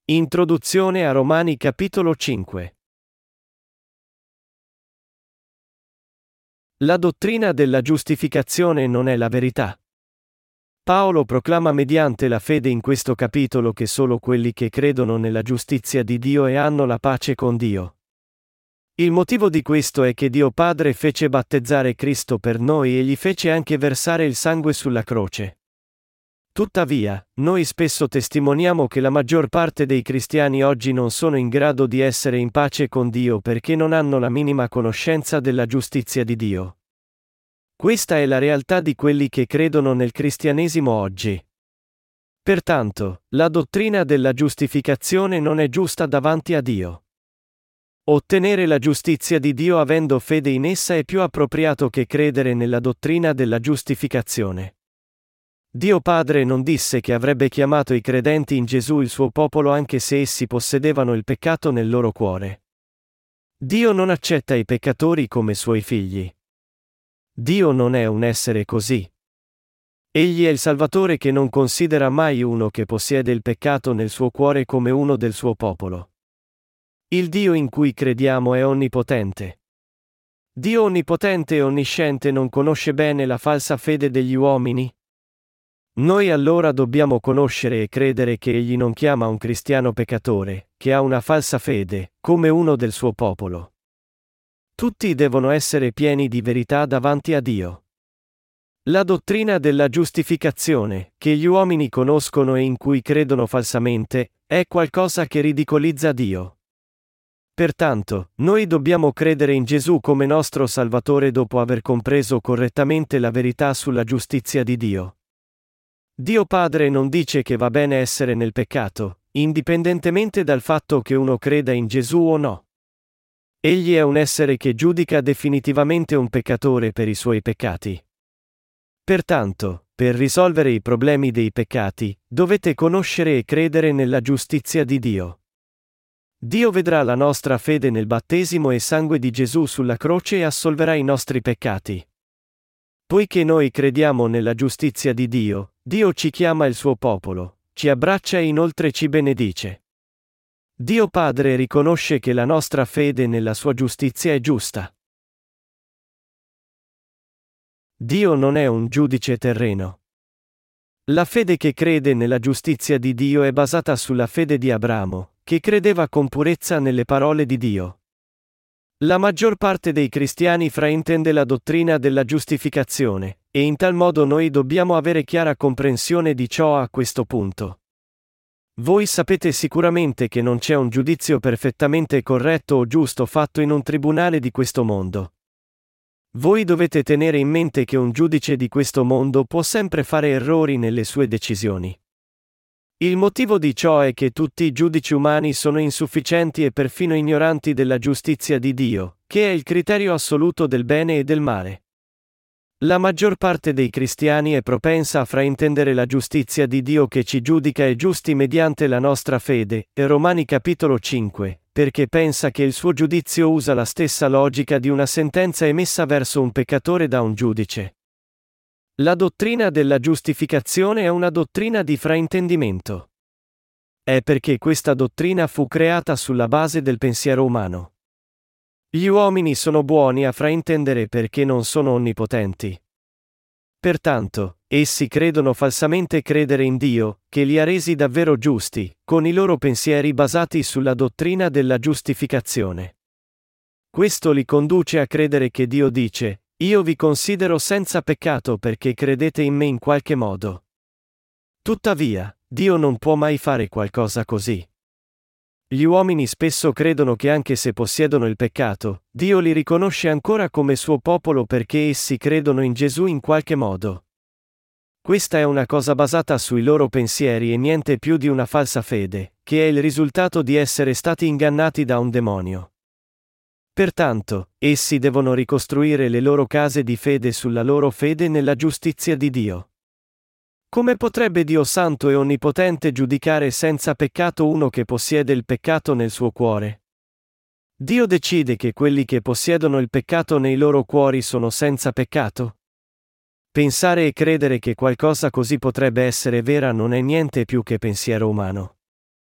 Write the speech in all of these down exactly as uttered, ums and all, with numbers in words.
Introduzione a Romani capitolo cinque. La dottrina della giustificazione non è la verità. Paolo proclama mediante la fede in questo capitolo che solo quelli che credono nella giustizia di Dio e hanno la pace con Dio. Il motivo di questo è che Dio Padre fece battezzare Cristo per noi e gli fece anche versare il sangue sulla croce. Tuttavia, noi spesso testimoniamo che la maggior parte dei cristiani oggi non sono in grado di essere in pace con Dio perché non hanno la minima conoscenza della giustizia di Dio. Questa è la realtà di quelli che credono nel cristianesimo oggi. Pertanto, la dottrina della giustificazione non è giusta davanti a Dio. Ottenere la giustizia di Dio avendo fede in essa è più appropriato che credere nella dottrina della giustificazione. Dio Padre non disse che avrebbe chiamato i credenti in Gesù il suo popolo anche se essi possedevano il peccato nel loro cuore. Dio non accetta i peccatori come suoi figli. Dio non è un essere così. Egli è il Salvatore che non considera mai uno che possiede il peccato nel suo cuore come uno del suo popolo. Il Dio in cui crediamo è onnipotente. Dio onnipotente e onnisciente non conosce bene la falsa fede degli uomini? Noi allora dobbiamo conoscere e credere che Egli non chiama un cristiano peccatore, che ha una falsa fede, come uno del suo popolo. Tutti devono essere pieni di verità davanti a Dio. La dottrina della giustificazione, che gli uomini conoscono e in cui credono falsamente, è qualcosa che ridicolizza Dio. Pertanto, noi dobbiamo credere in Gesù come nostro Salvatore dopo aver compreso correttamente la verità sulla giustizia di Dio. Dio Padre non dice che va bene essere nel peccato, indipendentemente dal fatto che uno creda in Gesù o no. Egli è un essere che giudica definitivamente un peccatore per i suoi peccati. Pertanto, per risolvere i problemi dei peccati, dovete conoscere e credere nella giustizia di Dio. Dio vedrà la nostra fede nel battesimo e sangue di Gesù sulla croce e assolverà i nostri peccati. Poiché noi crediamo nella giustizia di Dio, Dio ci chiama il suo popolo, ci abbraccia e inoltre ci benedice. Dio Padre riconosce che la nostra fede nella sua giustizia è giusta. Dio non è un giudice terreno. La fede che crede nella giustizia di Dio è basata sulla fede di Abramo, che credeva con purezza nelle parole di Dio. La maggior parte dei cristiani fraintende la dottrina della giustificazione, e in tal modo noi dobbiamo avere chiara comprensione di ciò a questo punto. Voi sapete sicuramente che non c'è un giudizio perfettamente corretto o giusto fatto in un tribunale di questo mondo. Voi dovete tenere in mente che un giudice di questo mondo può sempre fare errori nelle sue decisioni. Il motivo di ciò è che tutti i giudici umani sono insufficienti e perfino ignoranti della giustizia di Dio, che è il criterio assoluto del bene e del male. La maggior parte dei cristiani è propensa a fraintendere la giustizia di Dio che ci giudica e giusti mediante la nostra fede, e Romani capitolo cinque, perché pensa che il suo giudizio usa la stessa logica di una sentenza emessa verso un peccatore da un giudice. La dottrina della giustificazione è una dottrina di fraintendimento. È perché questa dottrina fu creata sulla base del pensiero umano. Gli uomini sono buoni a fraintendere perché non sono onnipotenti. Pertanto, essi credono falsamente credere in Dio, che li ha resi davvero giusti, con i loro pensieri basati sulla dottrina della giustificazione. Questo li conduce a credere che Dio dice: Io vi considero senza peccato perché credete in me in qualche modo. Tuttavia, Dio non può mai fare qualcosa così. Gli uomini spesso credono che anche se possiedono il peccato, Dio li riconosce ancora come suo popolo perché essi credono in Gesù in qualche modo. Questa è una cosa basata sui loro pensieri e niente più di una falsa fede, che è il risultato di essere stati ingannati da un demonio. Pertanto, essi devono ricostruire le loro case di fede sulla loro fede nella giustizia di Dio. Come potrebbe Dio Santo e Onnipotente giudicare senza peccato uno che possiede il peccato nel suo cuore? Dio decide che quelli che possiedono il peccato nei loro cuori sono senza peccato? Pensare e credere che qualcosa così potrebbe essere vera non è niente più che pensiero umano.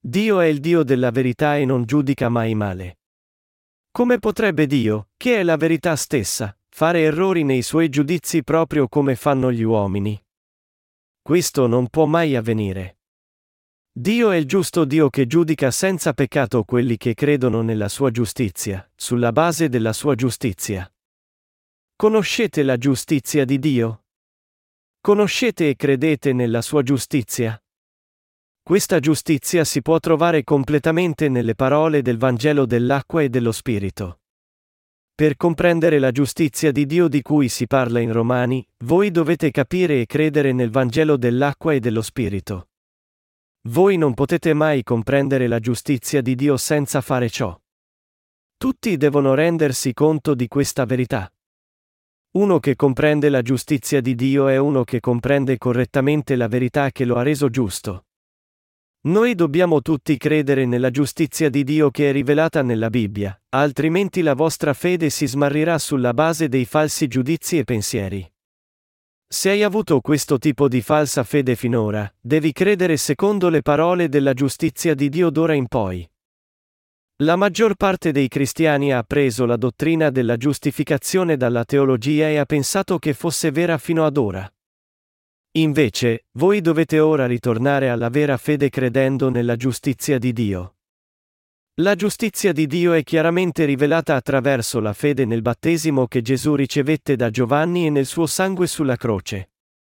Dio è il Dio della verità e non giudica mai male. Come potrebbe Dio, che è la verità stessa, fare errori nei suoi giudizi proprio come fanno gli uomini? Questo non può mai avvenire. Dio è il giusto Dio che giudica senza peccato quelli che credono nella sua giustizia, sulla base della sua giustizia. Conoscete la giustizia di Dio? Conoscete e credete nella sua giustizia? Questa giustizia si può trovare completamente nelle parole del Vangelo dell'acqua e dello Spirito. Per comprendere la giustizia di Dio di cui si parla in Romani, voi dovete capire e credere nel Vangelo dell'acqua e dello Spirito. Voi non potete mai comprendere la giustizia di Dio senza fare ciò. Tutti devono rendersi conto di questa verità. Uno che comprende la giustizia di Dio è uno che comprende correttamente la verità che lo ha reso giusto. Noi dobbiamo tutti credere nella giustizia di Dio che è rivelata nella Bibbia, altrimenti la vostra fede si smarrirà sulla base dei falsi giudizi e pensieri. Se hai avuto questo tipo di falsa fede finora, devi credere secondo le parole della giustizia di Dio d'ora in poi. La maggior parte dei cristiani ha appreso la dottrina della giustificazione dalla teologia e ha pensato che fosse vera fino ad ora. Invece, voi dovete ora ritornare alla vera fede credendo nella giustizia di Dio. La giustizia di Dio è chiaramente rivelata attraverso la fede nel battesimo che Gesù ricevette da Giovanni e nel suo sangue sulla croce.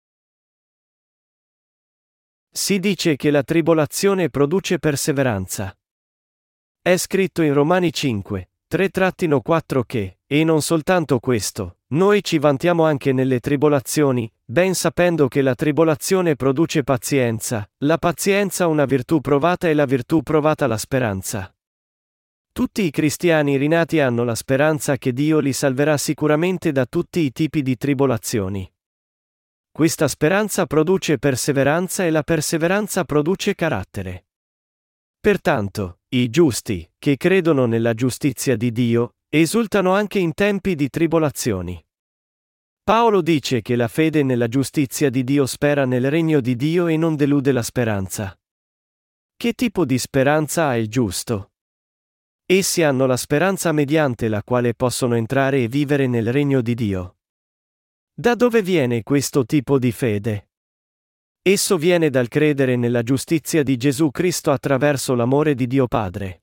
Si dice che la tribolazione produce perseveranza. È scritto in Romani cinque, tre quattro che, e non soltanto questo, noi ci vantiamo anche nelle tribolazioni, ben sapendo che la tribolazione produce pazienza, la pazienza una virtù provata e la virtù provata la speranza. Tutti i cristiani rinati hanno la speranza che Dio li salverà sicuramente da tutti i tipi di tribolazioni. Questa speranza produce perseveranza e la perseveranza produce carattere. Pertanto, i giusti, che credono nella giustizia di Dio, esultano anche in tempi di tribolazioni. Paolo dice che la fede nella giustizia di Dio spera nel regno di Dio e non delude la speranza. Che tipo di speranza ha il giusto? Essi hanno la speranza mediante la quale possono entrare e vivere nel regno di Dio. Da dove viene questo tipo di fede? Esso viene dal credere nella giustizia di Gesù Cristo attraverso l'amore di Dio Padre.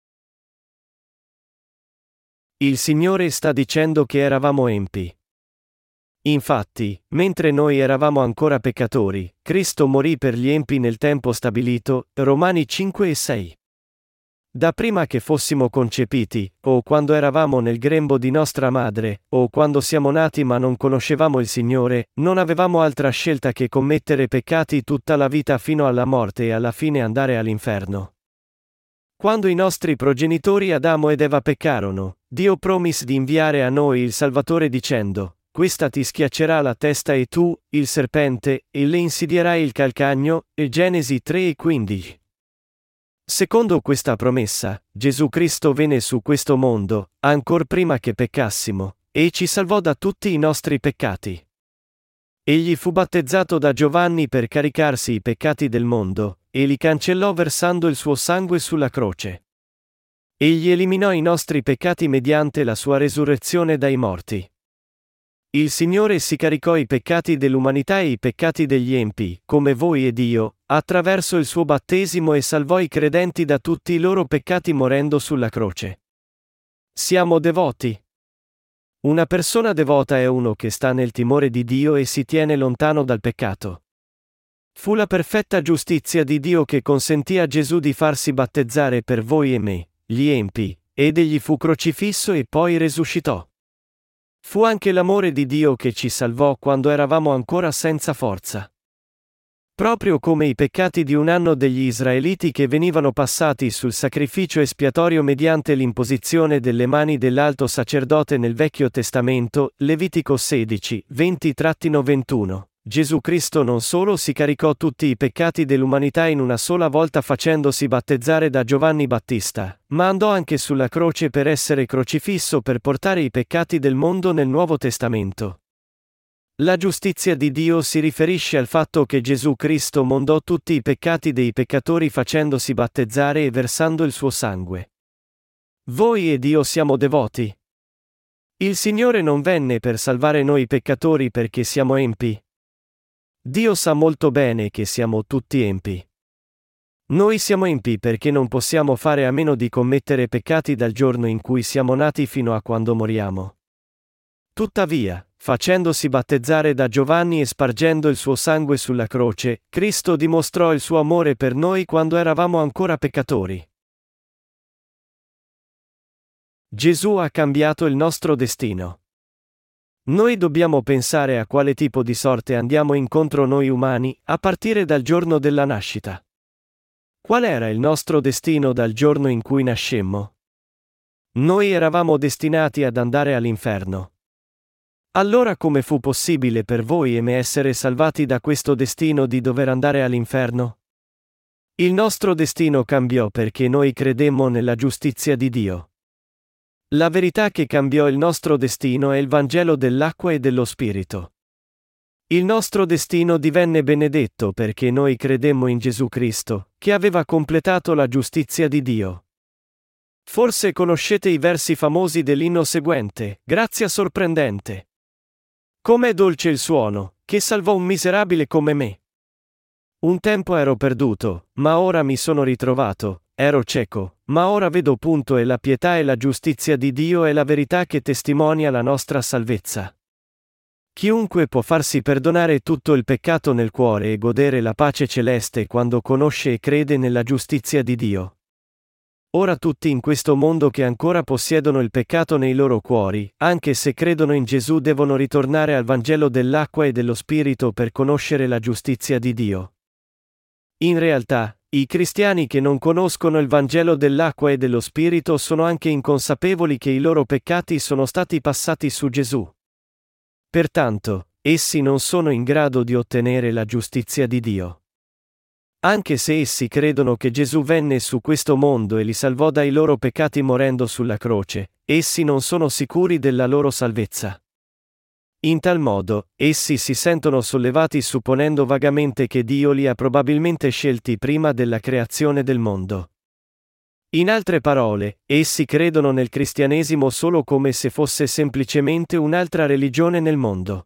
Il Signore sta dicendo che eravamo empi. Infatti, mentre noi eravamo ancora peccatori, Cristo morì per gli empi nel tempo stabilito, Romani cinque e sei. Da prima che fossimo concepiti, o quando eravamo nel grembo di nostra madre, o quando siamo nati ma non conoscevamo il Signore, non avevamo altra scelta che commettere peccati tutta la vita fino alla morte e alla fine andare all'inferno. Quando i nostri progenitori Adamo ed Eva peccarono, Dio promise di inviare a noi il Salvatore dicendo: questa ti schiaccerà la testa e tu, il serpente, e le insidierai il calcagno, e Genesi tre e quindici. Secondo questa promessa, Gesù Cristo venne su questo mondo, ancor prima che peccassimo, e ci salvò da tutti i nostri peccati. Egli fu battezzato da Giovanni per caricarsi i peccati del mondo, e li cancellò versando il suo sangue sulla croce. Egli eliminò i nostri peccati mediante la sua resurrezione dai morti. Il Signore si caricò i peccati dell'umanità e i peccati degli empi, come voi ed io, attraverso il suo battesimo e salvò i credenti da tutti i loro peccati morendo sulla croce. Siamo devoti. Una persona devota è uno che sta nel timore di Dio e si tiene lontano dal peccato. Fu la perfetta giustizia di Dio che consentì a Gesù di farsi battezzare per voi e me, gli empi, ed egli fu crocifisso e poi resuscitò. Fu anche l'amore di Dio che ci salvò quando eravamo ancora senza forza. Proprio come i peccati di un anno degli Israeliti che venivano passati sul sacrificio espiatorio mediante l'imposizione delle mani dell'alto sacerdote nel Vecchio Testamento, Levitico sedici, venti ventuno. Gesù Cristo non solo si caricò tutti i peccati dell'umanità in una sola volta facendosi battezzare da Giovanni Battista, ma andò anche sulla croce per essere crocifisso per portare i peccati del mondo nel Nuovo Testamento. La giustizia di Dio si riferisce al fatto che Gesù Cristo mondò tutti i peccati dei peccatori facendosi battezzare e versando il suo sangue. Voi ed io siamo devoti? Il Signore non venne per salvare noi peccatori perché siamo empi. Dio sa molto bene che siamo tutti empi. Noi siamo empi perché non possiamo fare a meno di commettere peccati dal giorno in cui siamo nati fino a quando moriamo. Tuttavia, facendosi battezzare da Giovanni e spargendo il suo sangue sulla croce, Cristo dimostrò il suo amore per noi quando eravamo ancora peccatori. Gesù ha cambiato il nostro destino. Noi dobbiamo pensare a quale tipo di sorte andiamo incontro noi umani, a partire dal giorno della nascita. Qual era il nostro destino dal giorno in cui nascemmo? Noi eravamo destinati ad andare all'inferno. Allora come fu possibile per voi e me essere salvati da questo destino di dover andare all'inferno? Il nostro destino cambiò perché noi credemmo nella giustizia di Dio. La verità che cambiò il nostro destino è il Vangelo dell'acqua e dello Spirito. Il nostro destino divenne benedetto perché noi credemmo in Gesù Cristo, che aveva completato la giustizia di Dio. Forse conoscete i versi famosi dell'inno seguente, Grazia sorprendente. Com'è dolce il suono, che salvò un miserabile come me. Un tempo ero perduto, ma ora mi sono ritrovato, ero cieco, ma ora vedo. Punto e la pietà e la giustizia di Dio è la verità che testimonia la nostra salvezza. Chiunque può farsi perdonare tutto il peccato nel cuore e godere la pace celeste quando conosce e crede nella giustizia di Dio. Ora tutti in questo mondo che ancora possiedono il peccato nei loro cuori, anche se credono in Gesù, devono ritornare al Vangelo dell'acqua e dello Spirito per conoscere la giustizia di Dio. In realtà, i cristiani che non conoscono il Vangelo dell'acqua e dello Spirito sono anche inconsapevoli che i loro peccati sono stati passati su Gesù. Pertanto, essi non sono in grado di ottenere la giustizia di Dio. Anche se essi credono che Gesù venne su questo mondo e li salvò dai loro peccati morendo sulla croce, essi non sono sicuri della loro salvezza. In tal modo, essi si sentono sollevati supponendo vagamente che Dio li ha probabilmente scelti prima della creazione del mondo. In altre parole, essi credono nel cristianesimo solo come se fosse semplicemente un'altra religione nel mondo.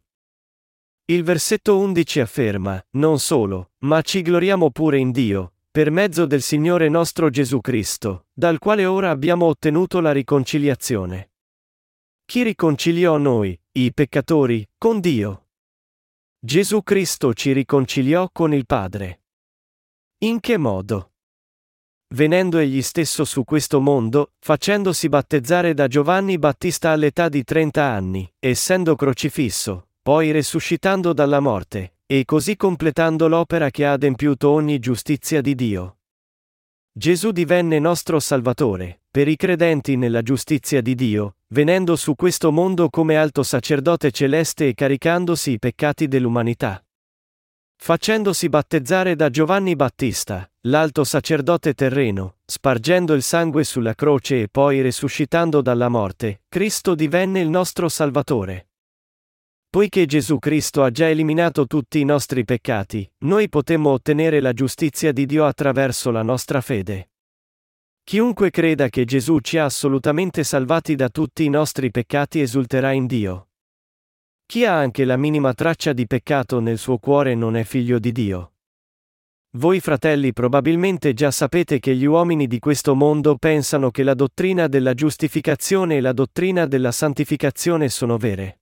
Il versetto undici afferma, non solo, ma ci gloriamo pure in Dio, per mezzo del Signore nostro Gesù Cristo, dal quale ora abbiamo ottenuto la riconciliazione. Chi riconciliò noi, i peccatori, con Dio? Gesù Cristo ci riconciliò con il Padre. In che modo? Venendo egli stesso su questo mondo, facendosi battezzare da Giovanni Battista all'età di trenta anni, essendo crocifisso, poi resuscitando dalla morte, e così completando l'opera che ha adempiuto ogni giustizia di Dio. Gesù divenne nostro Salvatore, per i credenti nella giustizia di Dio, venendo su questo mondo come alto sacerdote celeste e caricandosi i peccati dell'umanità. Facendosi battezzare da Giovanni Battista, l'alto sacerdote terreno, spargendo il sangue sulla croce e poi resuscitando dalla morte, Cristo divenne il nostro Salvatore. Poiché Gesù Cristo ha già eliminato tutti i nostri peccati, noi potemmo ottenere la giustizia di Dio attraverso la nostra fede. Chiunque creda che Gesù ci ha assolutamente salvati da tutti i nostri peccati esulterà in Dio. Chi ha anche la minima traccia di peccato nel suo cuore non è figlio di Dio. Voi fratelli probabilmente già sapete che gli uomini di questo mondo pensano che la dottrina della giustificazione e la dottrina della santificazione sono vere.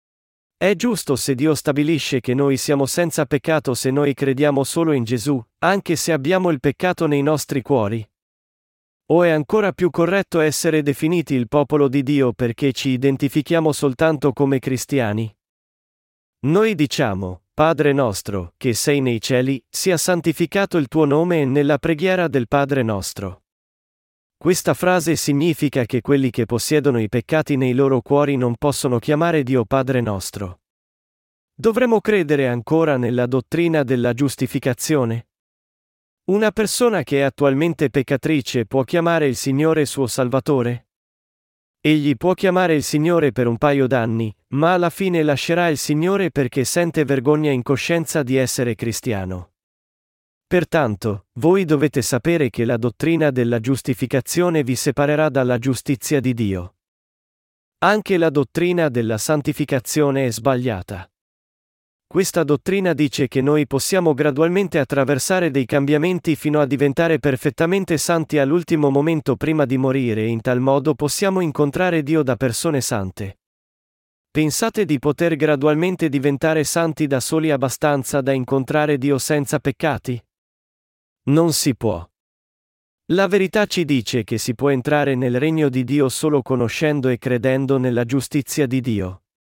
È giusto se Dio stabilisce che noi siamo senza peccato se noi crediamo solo in Gesù, anche se abbiamo il peccato nei nostri cuori? O è ancora più corretto essere definiti il popolo di Dio perché ci identifichiamo soltanto come cristiani? Noi diciamo, Padre nostro, che sei nei cieli, sia santificato il tuo nome, e nella preghiera del Padre nostro. Questa frase significa che quelli che possiedono i peccati nei loro cuori non possono chiamare Dio Padre nostro. Dovremmo credere ancora nella dottrina della giustificazione? Una persona che è attualmente peccatrice può chiamare il Signore suo Salvatore? Egli può chiamare il Signore per un paio d'anni, ma alla fine lascerà il Signore perché sente vergogna in coscienza di essere cristiano. Pertanto, voi dovete sapere che la dottrina della giustificazione vi separerà dalla giustizia di Dio. Anche la dottrina della santificazione è sbagliata. Questa dottrina dice che noi possiamo gradualmente attraversare dei cambiamenti fino a diventare perfettamente santi all'ultimo momento prima di morire e in tal modo possiamo incontrare Dio da persone sante. Pensate di poter gradualmente diventare santi da soli abbastanza da incontrare Dio senza peccati? Non si può. La verità ci dice che si può entrare nel regno di Dio solo conoscendo e credendo nella giustizia di Dio.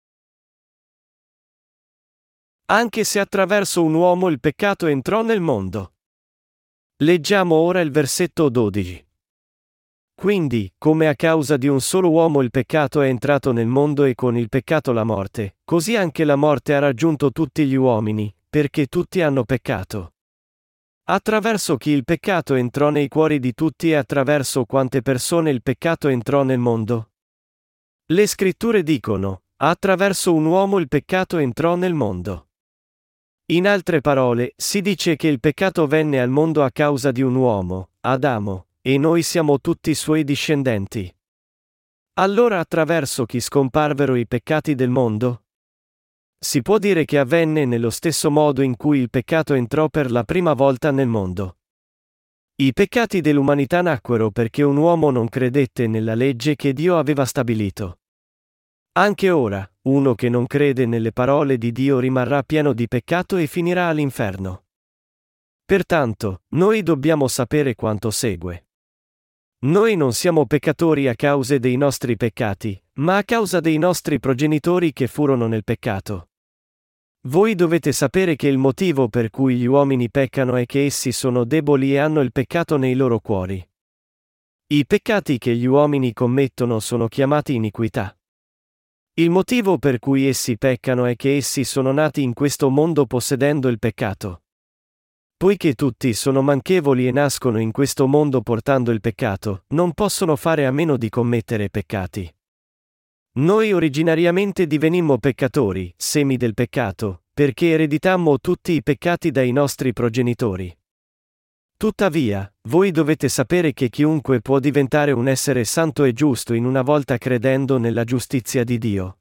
Anche se attraverso un uomo il peccato entrò nel mondo. Leggiamo ora il versetto dodici. Quindi, come a causa di un solo uomo il peccato è entrato nel mondo e con il peccato la morte, così anche la morte ha raggiunto tutti gli uomini, perché tutti hanno peccato. Attraverso chi il peccato entrò nei cuori di tutti e attraverso quante persone il peccato entrò nel mondo? Le scritture dicono, attraverso un uomo il peccato entrò nel mondo. In altre parole, si dice che il peccato venne al mondo a causa di un uomo, Adamo, e noi siamo tutti suoi discendenti. Allora attraverso chi scomparvero i peccati del mondo? Si può dire che avvenne nello stesso modo in cui il peccato entrò per la prima volta nel mondo. I peccati dell'umanità nacquero perché un uomo non credette nella legge che Dio aveva stabilito. Anche ora, uno che non crede nelle parole di Dio rimarrà pieno di peccato e finirà all'inferno. Pertanto, noi dobbiamo sapere quanto segue. Noi non siamo peccatori a causa dei nostri peccati, ma a causa dei nostri progenitori che furono nel peccato. Voi dovete sapere che il motivo per cui gli uomini peccano è che essi sono deboli e hanno il peccato nei loro cuori. I peccati che gli uomini commettono sono chiamati iniquità. Il motivo per cui essi peccano è che essi sono nati in questo mondo possedendo il peccato. Poiché tutti sono manchevoli e nascono in questo mondo portando il peccato, non possono fare a meno di commettere peccati. Noi originariamente divenimmo peccatori, semi del peccato, perché ereditammo tutti i peccati dai nostri progenitori. Tuttavia, voi dovete sapere che chiunque può diventare un essere santo e giusto in una volta credendo nella giustizia di Dio.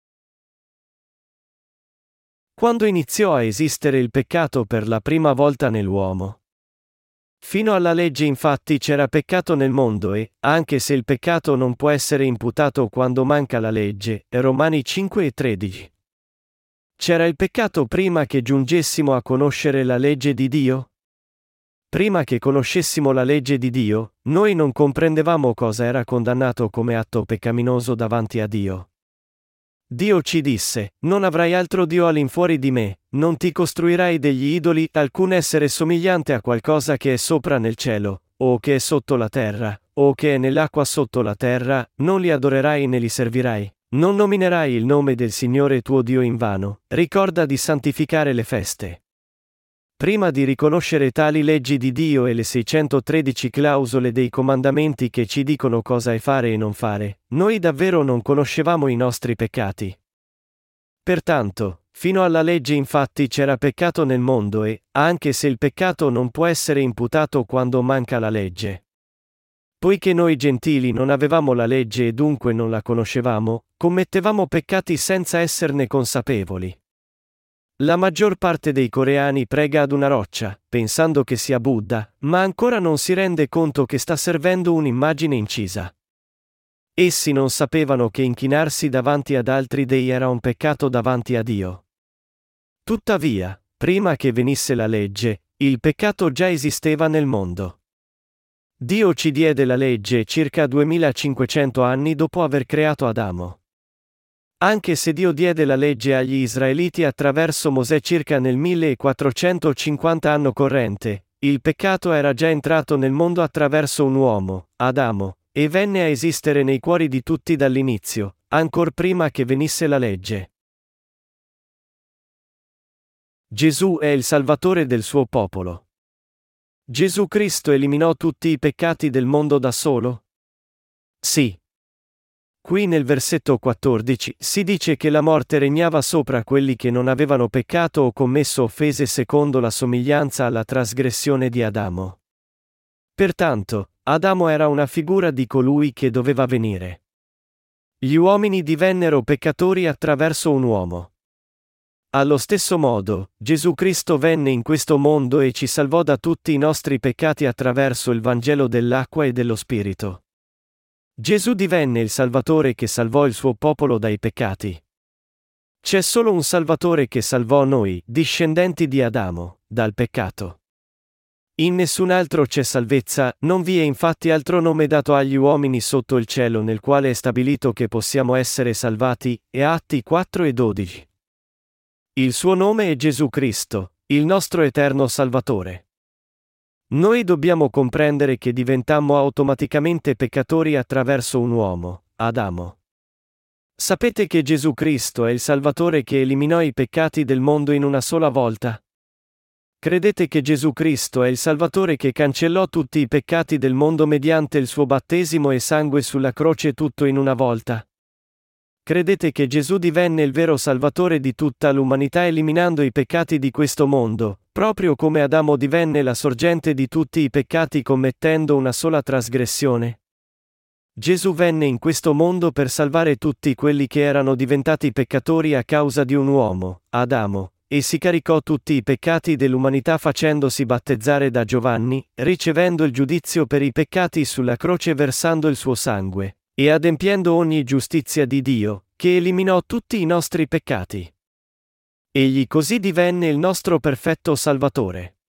Quando iniziò a esistere il peccato per la prima volta nell'uomo? Fino alla legge infatti c'era peccato nel mondo e, anche se il peccato non può essere imputato quando manca la legge, Romani cinque e tredici. C'era il peccato prima che giungessimo a conoscere la legge di Dio? Prima che conoscessimo la legge di Dio, noi non comprendevamo cosa era condannato come atto peccaminoso davanti a Dio. Dio ci disse, non avrai altro Dio all'infuori di me, non ti costruirai degli idoli, alcun essere somigliante a qualcosa che è sopra nel cielo, o che è sotto la terra, o che è nell'acqua sotto la terra, non li adorerai né li servirai. Non nominerai il nome del Signore tuo Dio in vano, ricorda di santificare le feste. Prima di riconoscere tali leggi di Dio e le seicentotredici clausole dei comandamenti che ci dicono cosa è fare e non fare, noi davvero non conoscevamo i nostri peccati. Pertanto, fino alla legge infatti c'era peccato nel mondo e, anche se il peccato non può essere imputato quando manca la legge. Poiché noi gentili non avevamo la legge e dunque non la conoscevamo, commettevamo peccati senza esserne consapevoli. La maggior parte dei coreani prega ad una roccia, pensando che sia Buddha, ma ancora non si rende conto che sta servendo un'immagine incisa. Essi non sapevano che inchinarsi davanti ad altri dei era un peccato davanti a Dio. Tuttavia, prima che venisse la legge, il peccato già esisteva nel mondo. Dio ci diede la legge circa duemilacinquecento anni dopo aver creato Adamo. Anche se Dio diede la legge agli Israeliti attraverso Mosè circa nel millequattrocentocinquanta anno corrente, il peccato era già entrato nel mondo attraverso un uomo, Adamo, e venne a esistere nei cuori di tutti dall'inizio, ancor prima che venisse la legge. Gesù è il Salvatore del suo popolo. Gesù Cristo eliminò tutti i peccati del mondo da solo? Sì. Qui nel versetto quattordici si dice che la morte regnava sopra quelli che non avevano peccato o commesso offese secondo la somiglianza alla trasgressione di Adamo. Pertanto, Adamo era una figura di colui che doveva venire. Gli uomini divennero peccatori attraverso un uomo. Allo stesso modo, Gesù Cristo venne in questo mondo e ci salvò da tutti i nostri peccati attraverso il Vangelo dell'acqua e dello Spirito. Gesù divenne il Salvatore che salvò il suo popolo dai peccati. C'è solo un Salvatore che salvò noi, discendenti di Adamo, dal peccato. In nessun altro c'è salvezza, non vi è infatti altro nome dato agli uomini sotto il cielo nel quale è stabilito che possiamo essere salvati, e Atti quattro e dodici. Il suo nome è Gesù Cristo, il nostro eterno Salvatore. Noi dobbiamo comprendere che diventammo automaticamente peccatori attraverso un uomo, Adamo. Sapete che Gesù Cristo è il Salvatore che eliminò i peccati del mondo in una sola volta? Credete che Gesù Cristo è il Salvatore che cancellò tutti i peccati del mondo mediante il suo battesimo e sangue sulla croce tutto in una volta? Credete che Gesù divenne il vero Salvatore di tutta l'umanità eliminando i peccati di questo mondo, proprio come Adamo divenne la sorgente di tutti i peccati commettendo una sola trasgressione? Gesù venne in questo mondo per salvare tutti quelli che erano diventati peccatori a causa di un uomo, Adamo, e si caricò tutti i peccati dell'umanità facendosi battezzare da Giovanni, ricevendo il giudizio per i peccati sulla croce versando il suo sangue, e adempiendo ogni giustizia di Dio, che eliminò tutti i nostri peccati. Egli così divenne il nostro perfetto Salvatore.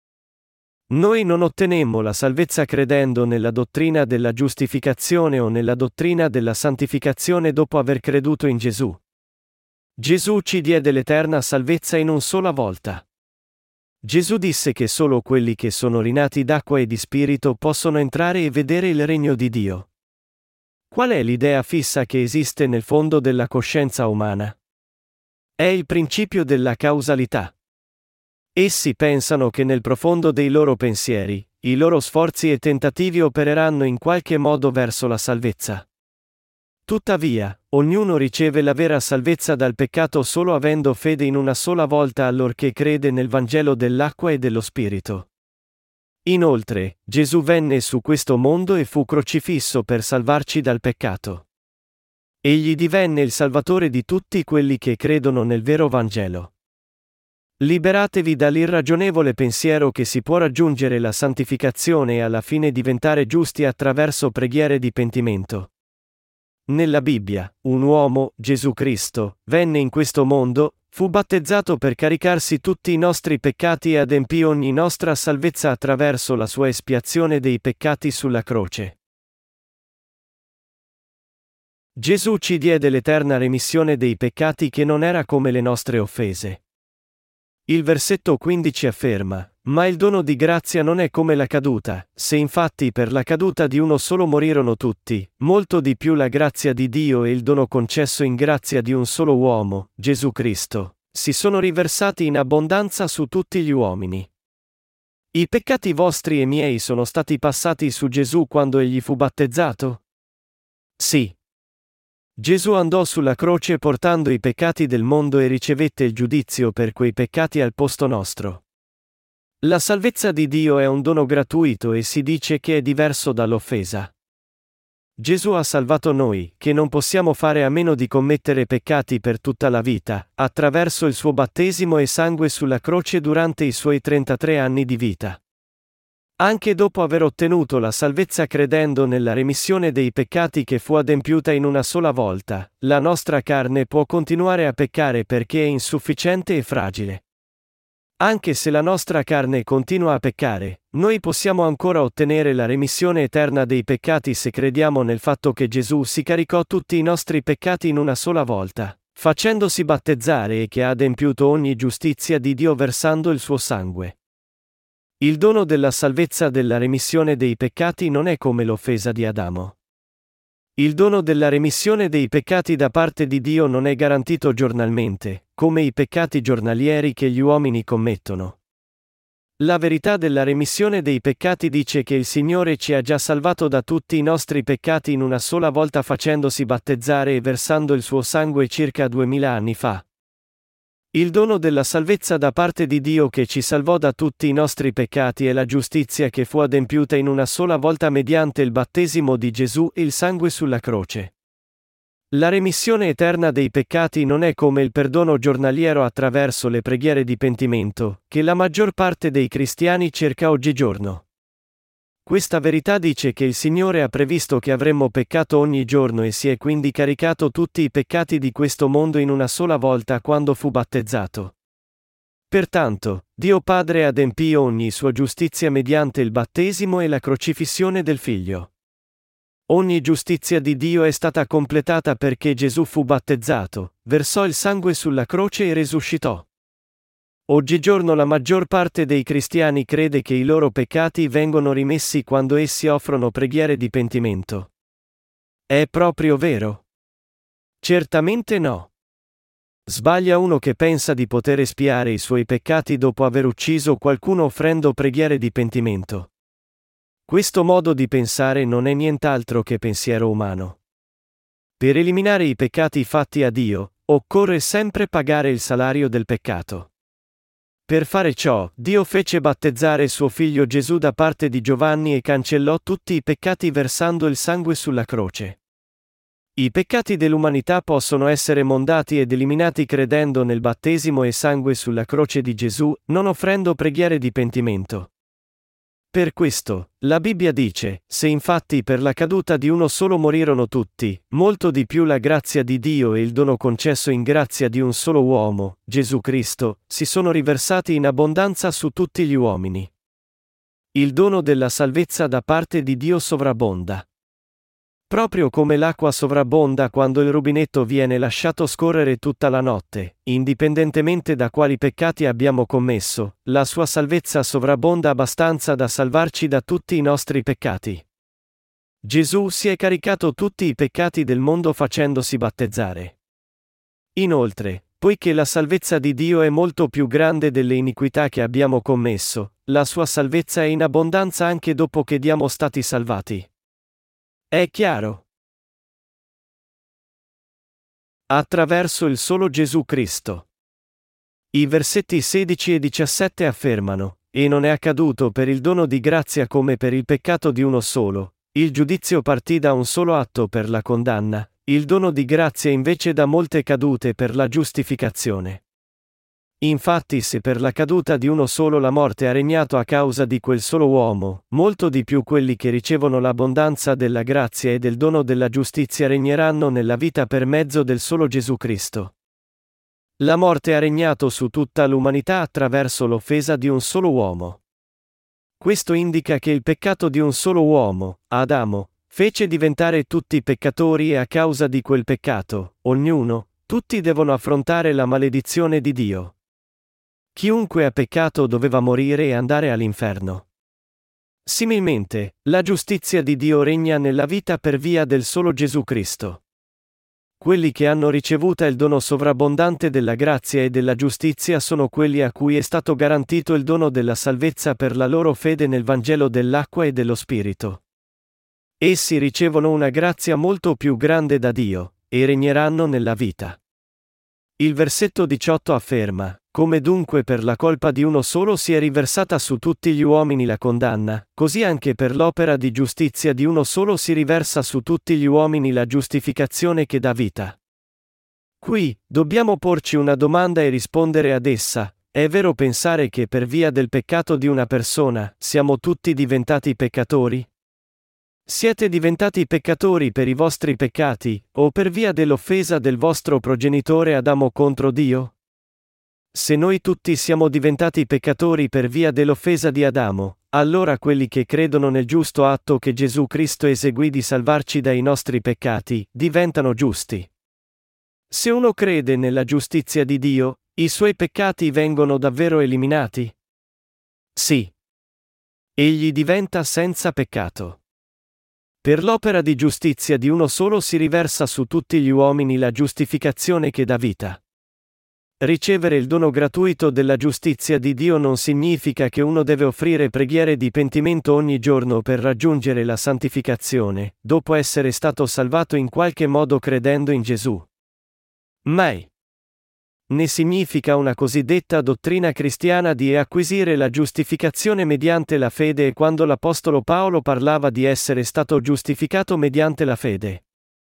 Noi non ottenemmo la salvezza credendo nella dottrina della giustificazione o nella dottrina della santificazione dopo aver creduto in Gesù. Gesù ci diede l'eterna salvezza in un sola volta. Gesù disse che solo quelli che sono rinati d'acqua e di spirito possono entrare e vedere il regno di Dio. Qual è l'idea fissa che esiste nel fondo della coscienza umana? È il principio della causalità. Essi pensano che nel profondo dei loro pensieri, i loro sforzi e tentativi opereranno in qualche modo verso la salvezza. Tuttavia, ognuno riceve la vera salvezza dal peccato solo avendo fede in una sola volta allorché crede nel Vangelo dell'acqua e dello Spirito. Inoltre, Gesù venne su questo mondo e fu crocifisso per salvarci dal peccato. Egli divenne il Salvatore di tutti quelli che credono nel vero Vangelo. Liberatevi dall'irragionevole pensiero che si può raggiungere la santificazione e alla fine diventare giusti attraverso preghiere di pentimento. Nella Bibbia, un uomo, Gesù Cristo, venne in questo mondo, fu battezzato per caricarsi tutti i nostri peccati e adempì ogni nostra salvezza attraverso la sua espiazione dei peccati sulla croce. Gesù ci diede l'eterna remissione dei peccati che non era come le nostre offese. Il versetto quindici afferma: ma il dono di grazia non è come la caduta, se infatti per la caduta di uno solo morirono tutti, molto di più la grazia di Dio e il dono concesso in grazia di un solo uomo, Gesù Cristo, si sono riversati in abbondanza su tutti gli uomini. I peccati vostri e miei sono stati passati su Gesù quando egli fu battezzato? Sì. Gesù andò sulla croce portando i peccati del mondo e ricevette il giudizio per quei peccati al posto nostro. La salvezza di Dio è un dono gratuito e si dice che è diverso dall'offesa. Gesù ha salvato noi, che non possiamo fare a meno di commettere peccati per tutta la vita, attraverso il suo battesimo e sangue sulla croce durante i suoi trentatré anni di vita. Anche dopo aver ottenuto la salvezza credendo nella remissione dei peccati che fu adempiuta in una sola volta, la nostra carne può continuare a peccare perché è insufficiente e fragile. Anche se la nostra carne continua a peccare, noi possiamo ancora ottenere la remissione eterna dei peccati se crediamo nel fatto che Gesù si caricò tutti i nostri peccati in una sola volta, facendosi battezzare e che ha adempiuto ogni giustizia di Dio versando il suo sangue. Il dono della salvezza della remissione dei peccati non è come l'offesa di Adamo. Il dono della remissione dei peccati da parte di Dio non è garantito giornalmente, come i peccati giornalieri che gli uomini commettono. La verità della remissione dei peccati dice che il Signore ci ha già salvato da tutti i nostri peccati in una sola volta facendosi battezzare e versando il suo sangue circa duemila anni fa. Il dono della salvezza da parte di Dio che ci salvò da tutti i nostri peccati è la giustizia che fu adempiuta in una sola volta mediante il battesimo di Gesù e il sangue sulla croce. La remissione eterna dei peccati non è come il perdono giornaliero attraverso le preghiere di pentimento, che la maggior parte dei cristiani cerca oggigiorno. Questa verità dice che il Signore ha previsto che avremmo peccato ogni giorno e si è quindi caricato tutti i peccati di questo mondo in una sola volta quando fu battezzato. Pertanto, Dio Padre adempì ogni sua giustizia mediante il battesimo e la crocifissione del Figlio. Ogni giustizia di Dio è stata completata perché Gesù fu battezzato, versò il sangue sulla croce e risuscitò. Oggigiorno la maggior parte dei cristiani crede che i loro peccati vengono rimessi quando essi offrono preghiere di pentimento. È proprio vero? Certamente no. Sbaglia uno che pensa di poter espiare i suoi peccati dopo aver ucciso qualcuno offrendo preghiere di pentimento. Questo modo di pensare non è nient'altro che pensiero umano. Per eliminare i peccati fatti a Dio, occorre sempre pagare il salario del peccato. Per fare ciò, Dio fece battezzare suo figlio Gesù da parte di Giovanni e cancellò tutti i peccati versando il sangue sulla croce. I peccati dell'umanità possono essere mondati ed eliminati credendo nel battesimo e sangue sulla croce di Gesù, non offrendo preghiere di pentimento. Per questo, la Bibbia dice, se infatti per la caduta di uno solo morirono tutti, molto di più la grazia di Dio e il dono concesso in grazia di un solo uomo, Gesù Cristo, si sono riversati in abbondanza su tutti gli uomini. Il dono della salvezza da parte di Dio sovrabbonda. Proprio come l'acqua sovrabbonda quando il rubinetto viene lasciato scorrere tutta la notte, indipendentemente da quali peccati abbiamo commesso, la sua salvezza sovrabbonda abbastanza da salvarci da tutti i nostri peccati. Gesù si è caricato tutti i peccati del mondo facendosi battezzare. Inoltre, poiché la salvezza di Dio è molto più grande delle iniquità che abbiamo commesso, la sua salvezza è in abbondanza anche dopo che diamo stati salvati. È chiaro? Attraverso il solo Gesù Cristo. I versetti sedici e diciassette affermano, e non è accaduto per il dono di grazia come per il peccato di uno solo, il giudizio partì da un solo atto per la condanna, il dono di grazia invece da molte cadute per la giustificazione. Infatti se per la caduta di uno solo la morte ha regnato a causa di quel solo uomo, molto di più quelli che ricevono l'abbondanza della grazia e del dono della giustizia regneranno nella vita per mezzo del solo Gesù Cristo. La morte ha regnato su tutta l'umanità attraverso l'offesa di un solo uomo. Questo indica che il peccato di un solo uomo, Adamo, fece diventare tutti peccatori e a causa di quel peccato, ognuno, tutti devono affrontare la maledizione di Dio. Chiunque ha peccato doveva morire e andare all'inferno. Similmente, la giustizia di Dio regna nella vita per via del solo Gesù Cristo. Quelli che hanno ricevuta il dono sovrabbondante della grazia e della giustizia sono quelli a cui è stato garantito il dono della salvezza per la loro fede nel Vangelo dell'acqua e dello Spirito. Essi ricevono una grazia molto più grande da Dio, e regneranno nella vita. Il versetto diciotto afferma, come dunque per la colpa di uno solo si è riversata su tutti gli uomini la condanna, così anche per l'opera di giustizia di uno solo si riversa su tutti gli uomini la giustificazione che dà vita. Qui, dobbiamo porci una domanda e rispondere ad essa: è vero pensare che per via del peccato di una persona, siamo tutti diventati peccatori? Siete diventati peccatori per i vostri peccati, o per via dell'offesa del vostro progenitore Adamo contro Dio? Se noi tutti siamo diventati peccatori per via dell'offesa di Adamo, allora quelli che credono nel giusto atto che Gesù Cristo eseguì di salvarci dai nostri peccati, diventano giusti. Se uno crede nella giustizia di Dio, i suoi peccati vengono davvero eliminati? Sì. Egli diventa senza peccato. Per l'opera di giustizia di uno solo si riversa su tutti gli uomini la giustificazione che dà vita. Ricevere il dono gratuito della giustizia di Dio non significa che uno deve offrire preghiere di pentimento ogni giorno per raggiungere la santificazione, dopo essere stato salvato in qualche modo credendo in Gesù. Mai. Ne significa una cosiddetta dottrina cristiana di acquisire la giustificazione mediante la fede, e quando l'Apostolo Paolo parlava di essere stato giustificato mediante la fede.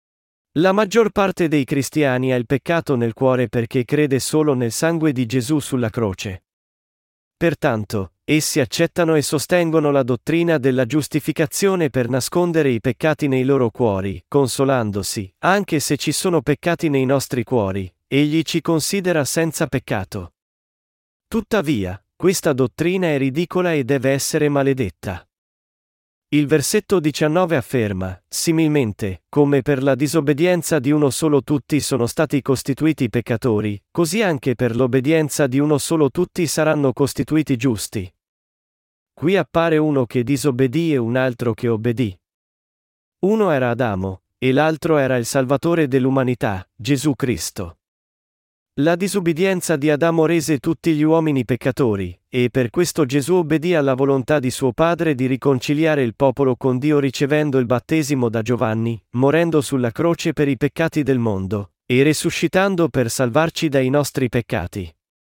La maggior parte dei cristiani ha il peccato nel cuore perché crede solo nel sangue di Gesù sulla croce. Pertanto, essi accettano e sostengono la dottrina della giustificazione per nascondere i peccati nei loro cuori, consolandosi, anche se ci sono peccati nei nostri cuori, egli ci considera senza peccato. Tuttavia, questa dottrina è ridicola e deve essere maledetta. Il versetto diciannove afferma, similmente, come per la disobbedienza di uno solo tutti sono stati costituiti peccatori, così anche per l'obbedienza di uno solo tutti saranno costituiti giusti. Qui appare uno che disobbedì e un altro che obbedì. Uno era Adamo, e l'altro era il Salvatore dell'umanità, Gesù Cristo. La disubbidienza di Adamo rese tutti gli uomini peccatori, e per questo Gesù obbedì alla volontà di suo Padre di riconciliare il popolo con Dio ricevendo il battesimo da Giovanni, morendo sulla croce per i peccati del mondo, e resuscitando per salvarci dai nostri peccati.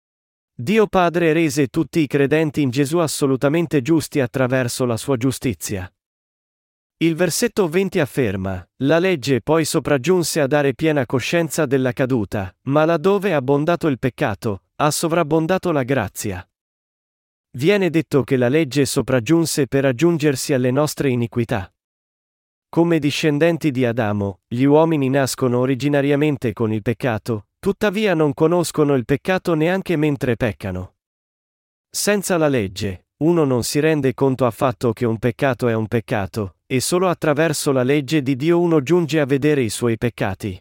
Dio Padre rese tutti i credenti in Gesù assolutamente giusti attraverso la sua giustizia. Il versetto venti afferma, la legge poi sopraggiunse a dare piena coscienza della caduta, ma laddove è abbondato il peccato, ha sovrabbondato la grazia. Viene detto che la legge sopraggiunse per aggiungersi alle nostre iniquità. Come discendenti di Adamo, gli uomini nascono originariamente con il peccato, tuttavia non conoscono il peccato neanche mentre peccano. Senza la legge, uno non si rende conto affatto che un peccato è un peccato, e solo attraverso la legge di Dio uno giunge a vedere i suoi peccati.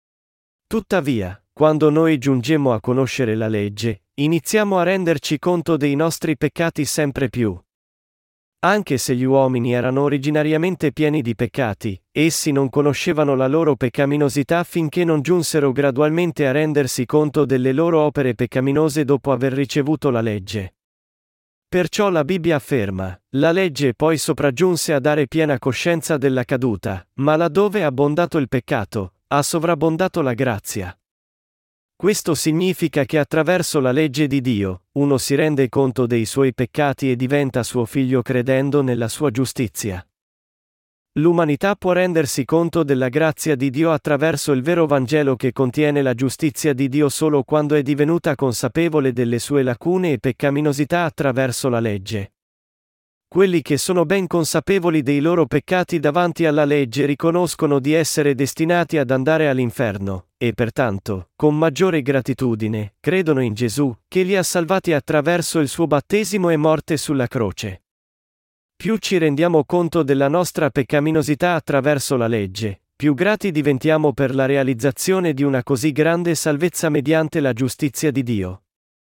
Tuttavia, quando noi giungemmo a conoscere la legge, iniziamo a renderci conto dei nostri peccati sempre più. Anche se gli uomini erano originariamente pieni di peccati, essi non conoscevano la loro peccaminosità finché non giunsero gradualmente a rendersi conto delle loro opere peccaminose dopo aver ricevuto la legge. Perciò la Bibbia afferma, la legge poi sopraggiunse a dare piena coscienza della caduta, ma laddove è abbondato il peccato, ha sovrabbondato la grazia. Questo significa che attraverso la legge di Dio, uno si rende conto dei suoi peccati e diventa suo figlio credendo nella sua giustizia. L'umanità può rendersi conto della grazia di Dio attraverso il vero Vangelo che contiene la giustizia di Dio solo quando è divenuta consapevole delle sue lacune e peccaminosità attraverso la legge. Quelli che sono ben consapevoli dei loro peccati davanti alla legge riconoscono di essere destinati ad andare all'inferno, e pertanto, con maggiore gratitudine, credono in Gesù, che li ha salvati attraverso il suo battesimo e morte sulla croce. Più ci rendiamo conto della nostra peccaminosità attraverso la legge, più grati diventiamo per la realizzazione di una così grande salvezza mediante la giustizia di Dio.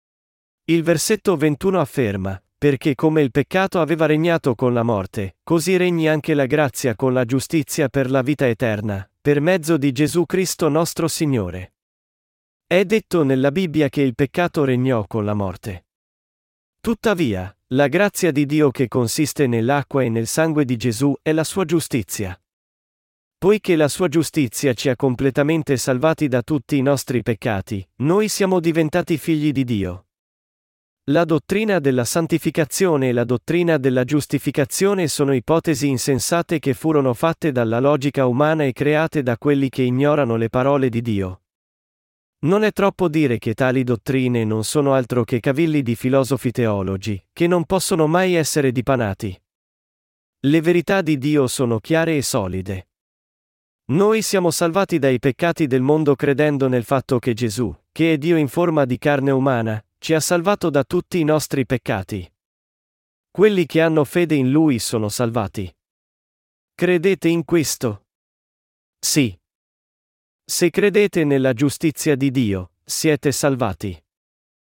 Il versetto ventuno afferma, perché come il peccato aveva regnato con la morte, così regni anche la grazia con la giustizia per la vita eterna, per mezzo di Gesù Cristo nostro Signore. È detto nella Bibbia che il peccato regnò con la morte. Tuttavia, la grazia di Dio che consiste nell'acqua e nel sangue di Gesù è la sua giustizia. Poiché la sua giustizia ci ha completamente salvati da tutti i nostri peccati, noi siamo diventati figli di Dio. La dottrina della santificazione e la dottrina della giustificazione sono ipotesi insensate che furono fatte dalla logica umana e create da quelli che ignorano le parole di Dio. Non è troppo dire che tali dottrine non sono altro che cavilli di filosofi teologi, che non possono mai essere dipanati. Le verità di Dio sono chiare e solide. Noi siamo salvati dai peccati del mondo credendo nel fatto che Gesù, che è Dio in forma di carne umana, ci ha salvato da tutti i nostri peccati. Quelli che hanno fede in Lui sono salvati. Credete in questo? Sì. Se credete nella giustizia di Dio, siete salvati.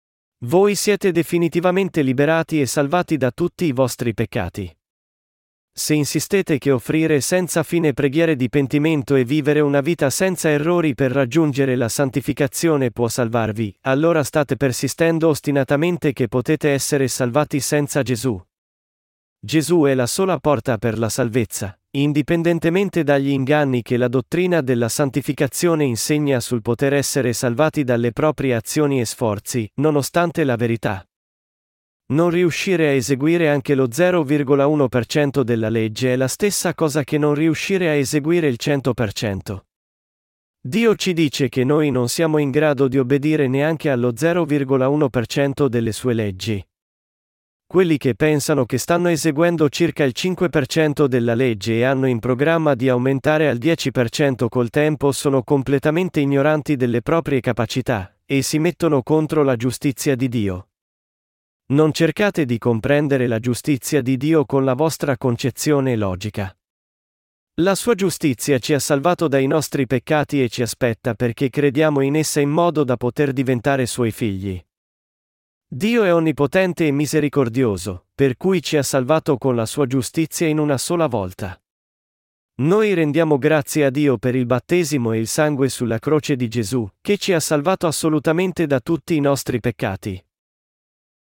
Voi siete definitivamente liberati e salvati da tutti i vostri peccati. Se insistete che offrire senza fine preghiere di pentimento e vivere una vita senza errori per raggiungere la santificazione può salvarvi, allora state persistendo ostinatamente che potete essere salvati senza Gesù. Gesù è la sola porta per la salvezza, indipendentemente dagli inganni che la dottrina della santificazione insegna sul poter essere salvati dalle proprie azioni e sforzi, nonostante la verità. Non riuscire a eseguire anche lo zero virgola uno per cento della legge è la stessa cosa che non riuscire a eseguire il cento per cento. Dio ci dice che noi non siamo in grado di obbedire neanche allo zero virgola uno per cento delle sue leggi. Quelli che pensano che stanno eseguendo circa il cinque per cento della legge e hanno in programma di aumentare al dieci per cento col tempo sono completamente ignoranti delle proprie capacità, e si mettono contro la giustizia di Dio. Non cercate di comprendere la giustizia di Dio con la vostra concezione logica. La sua giustizia ci ha salvato dai nostri peccati e ci aspetta perché crediamo in essa in modo da poter diventare suoi figli. Dio è onnipotente e misericordioso, per cui ci ha salvato con la sua giustizia in una sola volta. Noi rendiamo grazie a Dio per il battesimo e il sangue sulla croce di Gesù, che ci ha salvato assolutamente da tutti i nostri peccati.